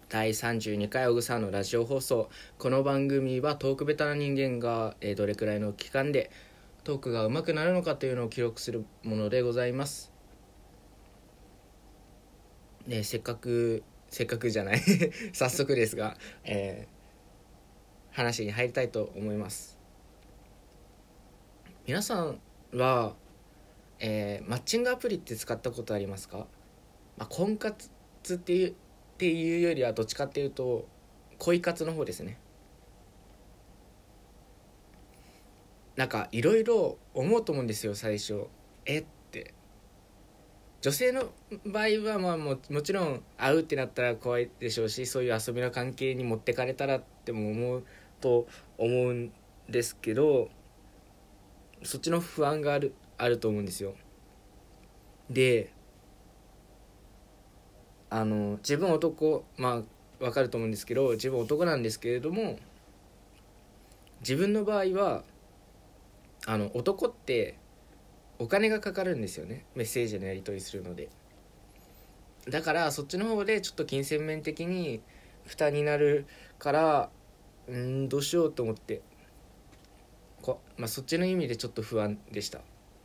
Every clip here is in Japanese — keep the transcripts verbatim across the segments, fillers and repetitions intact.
だいさんじゅうにかいおぐさのラジオ放送。この番組はトークベタな人間が、えーどれくらいの期間でトークが上手くなるのかというのを記録するものでございます。でせっかくせっかくじゃない早速ですが、えー話に入りたいと思います。皆さんは、えーマッチングアプリって使ったことありますか？まあ、婚活っていうっていうよりはどっちかっていうと恋活の方ですね。なんかいろいろ思うと思うんですよ最初。えって女性の場合はまあももちろん会うってなったら怖いでしょうし、そういう遊びの関係に持ってかれたらっても思うと思うんですけど、そっちの不安があるあると思うんですよ。で、あの自分男、まあわかると思うんですけど、自分男なんですけれども、自分の場合はあの男ってお金がかかるんですよね、メッセージのやり取りするので。だからそっちの方でちょっと金銭面的に負担になるから、うーんどうしようと思ってこ、まあ、そっちの意味でちょっと不安でした。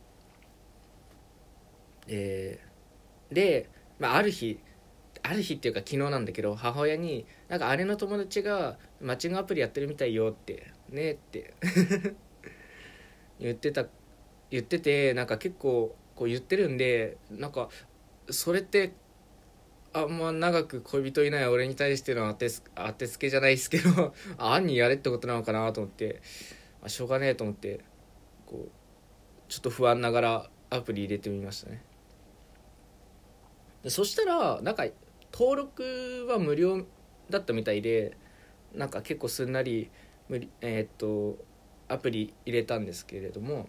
えーで、まあ、ある日ある日っていうか昨日なんだけど、母親になんか姉の友達がマッチングアプリやってるみたいよってねって言ってた言ってて、なんか結構こう言ってるんで、なんかそれってあんま長く恋人いない俺に対しての当てつ当てつけじゃないですけどあんにやれってことなのかなと思って、まあ、しょうがねえと思ってこうちょっと不安ながらアプリ入れてみましたね。でそしたらなんか登録は無料だったみたいで、なんか結構すんなり無理えーっとアプリ入れたんですけれども、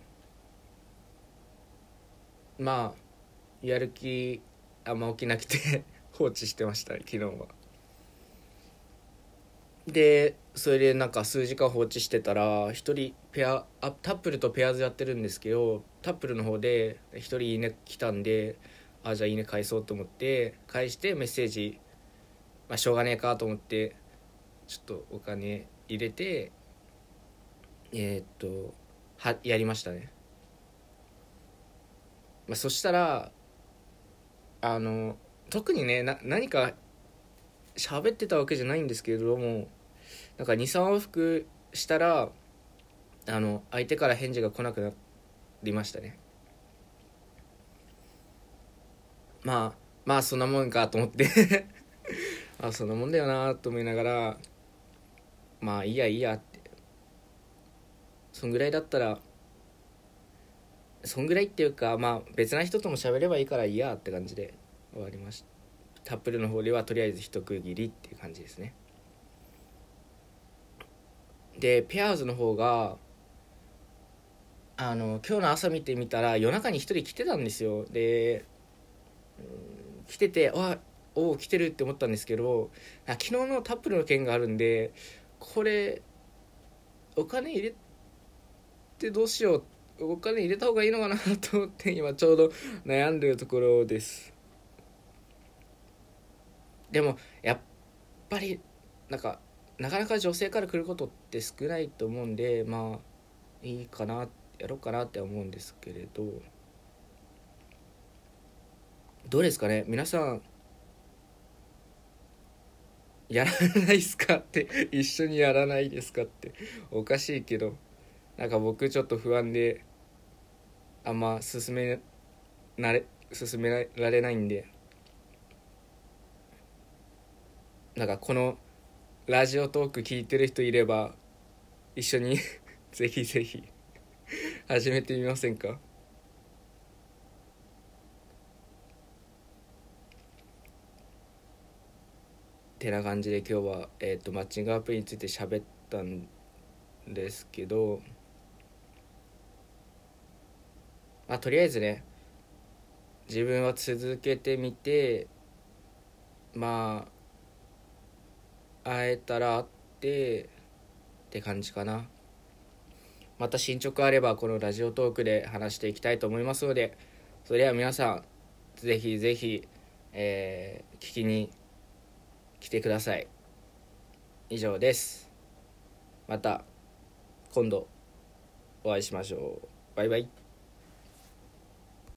まあやる気あんま起きなくて放置してました昨日は。でそれでなんか数時間放置してたら一人ペアあタップルとペアーズやってるんですけど、タップルの方で一人いいね来たんで、あじゃあいいね返そうと思って返してメッセージ、まあ、しょうがねえかと思ってちょっとお金入れてえーっとはやりましたね。まあ、そしたらあの特にねな何か喋ってたわけじゃないんですけれども、なんかにさん往復したらあの相手から返事が来なくなりましたね。まあまあそんなもんかと思ってあそんなもんだよなと思いながら、まあいいやいいやって、そんぐらいだったらそんぐらいっていうか、まあ別な人とも喋ればいいからいいやって感じで終わりました。タップルの方ではとりあえず一区切りっていう感じですね。でペアーズの方があの今日の朝見てみたら夜中に一人来てたんですよ。で来てて、あおお来てるって思ったんですけど、昨日のタップルの件があるんで、これお金入れてどうしよう、お金入れた方がいいのかなと思って今ちょうど悩んでるところです。でもやっぱりなんかなかなか女性から来ることって少ないと思うんで、まあいいかなやろうかなって思うんですけれど、どうですかね皆さん、やらないですかって一緒にやらないですかっておかしいけど、なんか僕ちょっと不安であんま進めなれ進められないんで、なんかこのラジオトーク聞いてる人いれば一緒にぜひぜひ始めてみませんか？てな感じで今日は、えー、とマッチングアプリについて喋ったんですけど、まあ、とりあえずね自分は続けてみて、まあ会えたら会ってって感じかな。また進捗あればこのラジオトークで話していきたいと思いますので、それでは皆さんぜひぜひ、えー聞きに来てください。以上です。また今度お会いしましょう。バイバイ。